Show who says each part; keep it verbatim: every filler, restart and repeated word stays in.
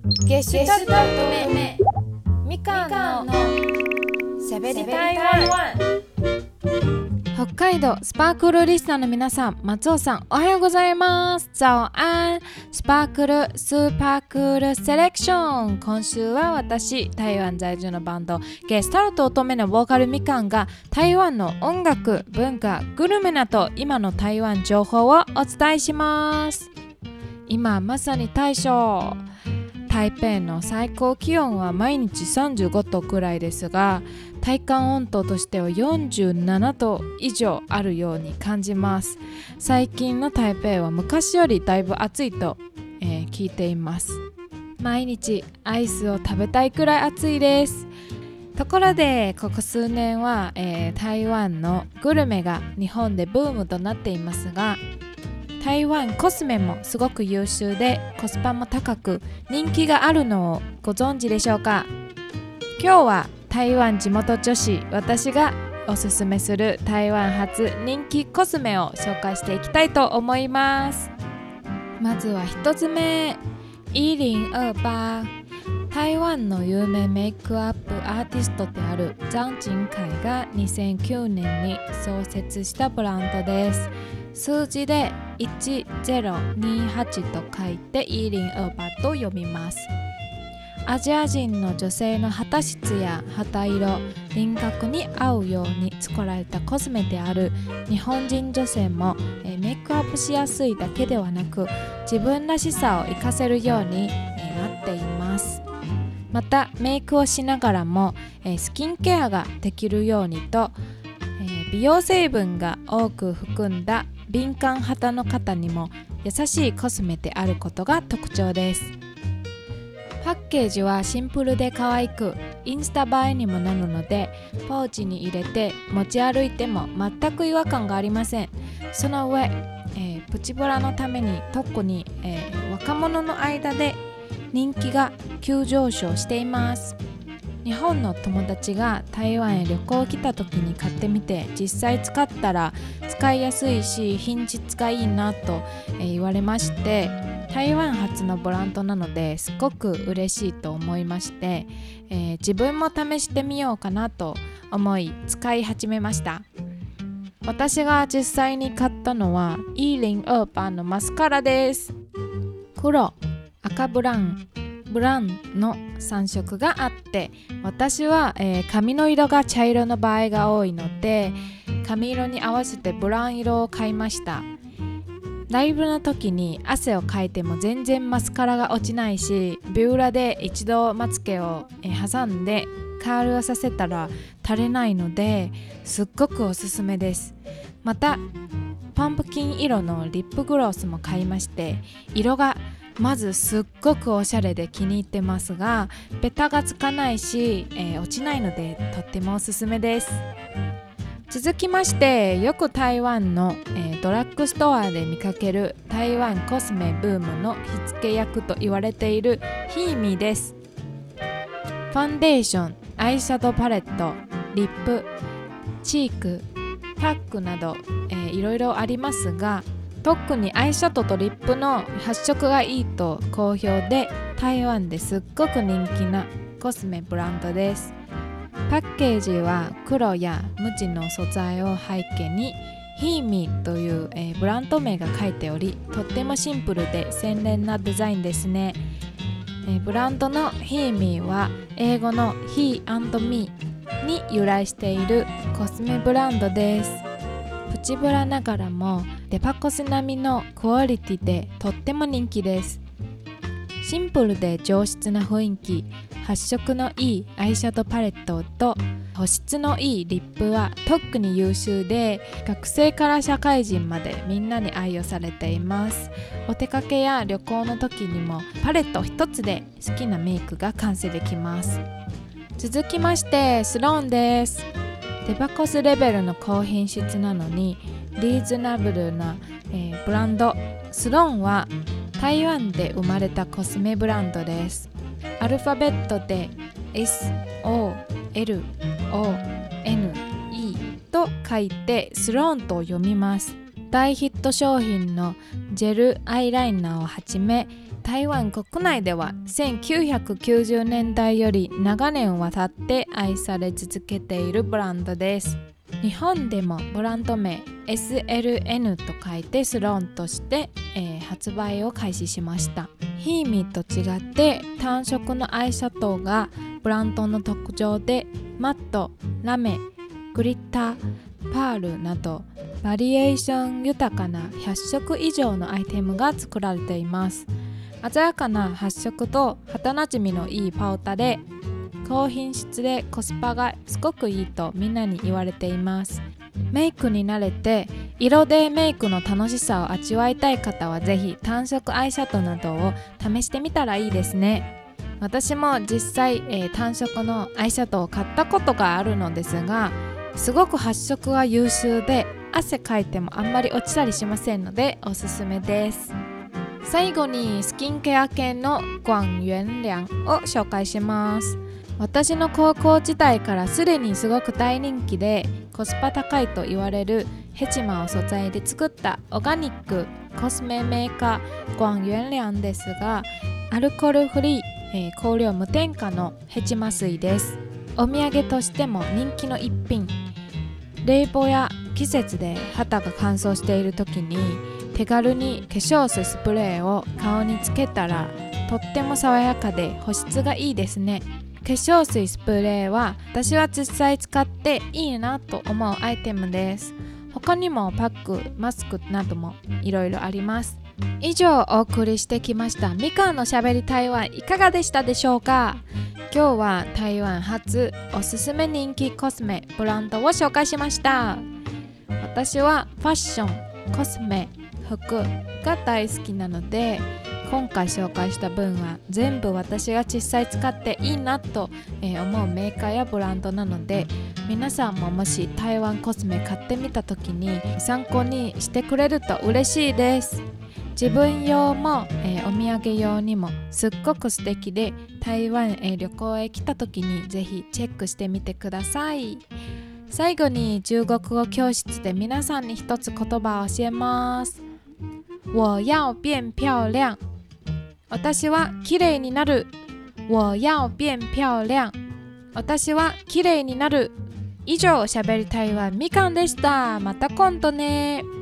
Speaker 1: ゲシュタルト目みかんのしゃべり台湾。北海道スパークルリスナーの皆さん、松尾さんおはようございます。早安。スパークルスーパークールセレクション。今週は私、台湾在住のバンドゲスタルト乙女のボーカルみかんが台湾の音楽、文化、グルメなど今の台湾情報をお伝えします。今まさに大正。台北の最高気温は毎日さんじゅうごどくらいですが、体感温度としてはよんじゅうななど以上あるように感じます。最近の台北は昔よりだいぶ暑いと、えー、聞いています。毎日アイスを食べたいくらい暑いです。ところでここ数年は、えー、台湾のグルメが日本でブームとなっていますが、台湾コスメもすごく優秀でコスパも高く人気があるのをご存知でしょうか。今日は台湾地元女子、私がおすすめする台湾発人気コスメを紹介していきたいと思います。まずは一つ目、一零二八。台湾の有名メイクアップアーティストである張金海がにせんきゅうねんに創設したブランドです。数字でいちゼロにはちと書いて一零二八と読みます。アジア人の女性の肌質や肌色、輪郭に合うように作られたコスメである。日本人女性もえメイクアップしやすいだけではなく、自分らしさを活かせるようにえなっています。またメイクをしながらもえスキンケアができるようにと、え美容成分が多く含んだ敏感肌の方にも優しいコスメであることが特徴です。パッケージはシンプルで可愛く、インスタ映えにもなるのでポーチに入れて持ち歩いても全く違和感がありません。その上、えー、プチブラのために特に、えー、若者の間で人気が急上昇しています。日本の友達が台湾へ旅行来た時に買ってみて、実際使ったら使いやすいし品質がいいなと、えー、言われまして、台湾発のブランドなのですごく嬉しいと思いまして、えー、自分も試してみようかなと思い使い始めました。私が実際に買ったのは一零二八のマスカラです。黒、赤ブラウン、ブラウンのさん色があって、私は、えー、髪の色が茶色の場合が多いので、髪色に合わせてブラウン色を買いました。ライブの時に汗をかいても全然マスカラが落ちないし、ビューラで一度まつげを、えー、挟んでカールをさせたら垂れないので、すっごくおすすめです。またパンプキン色のリップグロスも買いまして、色がまずすっごくおしゃれで気に入ってますが、ベタがつかないし、えー、落ちないのでとってもおすすめです。続きまして、よく台湾の、えー、ドラッグストアで見かける台湾コスメブームの火付け役と言われているヒーミーです。ファンデーション、アイシャドウパレット、リップ、チーク、パックなど、えー、いろいろありますが、特にアイシャドウとリップの発色がいいと好評で、台湾ですっごく人気なコスメブランドです。パッケージは黒や無地の素材を背景にヒーミーという、えー、ブランド名が書いており、とってもシンプルで洗練なデザインですね。えー、ブランドのヒーミーは英語の He and Me に由来しているコスメブランドです。プチブラながらもデパコス並みのクオリティでとっても人気です。シンプルで上質な雰囲気、発色のいいアイシャドウパレットと保湿のいいリップは特に優秀で、学生から社会人までみんなに愛用されています。お出かけや旅行の時にもパレット一つで好きなメイクが完成できます。続きましてスローンです。デパコスレベルの高品質なのにリーズナブルな、えー、ブランド。スローンは台湾で生まれたコスメブランドです。アルファベットで エスオーエルオーエヌイー と書いてスローンと読みます。大ヒット商品のジェルアイライナーをはじめ台湾国内ではせんきゅうひゃくきゅうじゅうねんだいより長年渡って愛され続けているブランドです。日本でもブランド名 エスエルエヌ と書いてスロンとして、えー、発売を開始しました。ヒーミーと違って単色のアイシャドウがブランドの特徴で、マット、ラメ、グリッター、パールなどバリエーション豊かなひゃっしょく以上のアイテムが作られています。鮮やかな発色と肌なじみのいいパウダーで高品質でコスパがすごくいいとみんなに言われています。メイクに慣れて色でメイクの楽しさを味わいたい方はぜひ単色アイシャドウなどを試してみたらいいですね。私も実際、えー、単色のアイシャドウを買ったことがあるのですが、すごく発色が優秀で汗かいてもあんまり落ちたりしませんのでおすすめです。最後にスキンケア系の广元良を紹介します。私の高校時代からすでにすごく大人気でコスパ高いと言われるヘチマを素材で作ったオーガニックコスメメーカー广元良ですが、アルコールフリー、えー、香料無添加のヘチマ水です。お土産としても人気の一品。冷房や季節で肌が乾燥している時に手軽に化粧水スプレーを顔につけたらとっても爽やかで保湿がいいですね。化粧水スプレーは私は実際使っていいなと思うアイテムです。他にもパック、マスクなどもいろいろあります。以上お送りしてきましたみかんのしゃべり台湾、いかがでしたでしょうか。今日は台湾初おすすめ人気コスメブランドを紹介しました。私はファッション、コスメ、服が大好きなので、今回紹介した分は全部私が実際使っていいなと思うメーカーやブランドなので、皆さんももし台湾コスメ買ってみた時に参考にしてくれると嬉しいです。自分用も、えー、お土産用にもすっごく素敵で、台湾へ旅行へ来た時にぜひチェックしてみてください。最後に中国語教室で皆さんに一つ言葉を教えます。我要变漂亮。私は綺麗になる。我要变漂亮。私は綺麗になる。以上、しゃべり台湾みかんでした。また今度ね。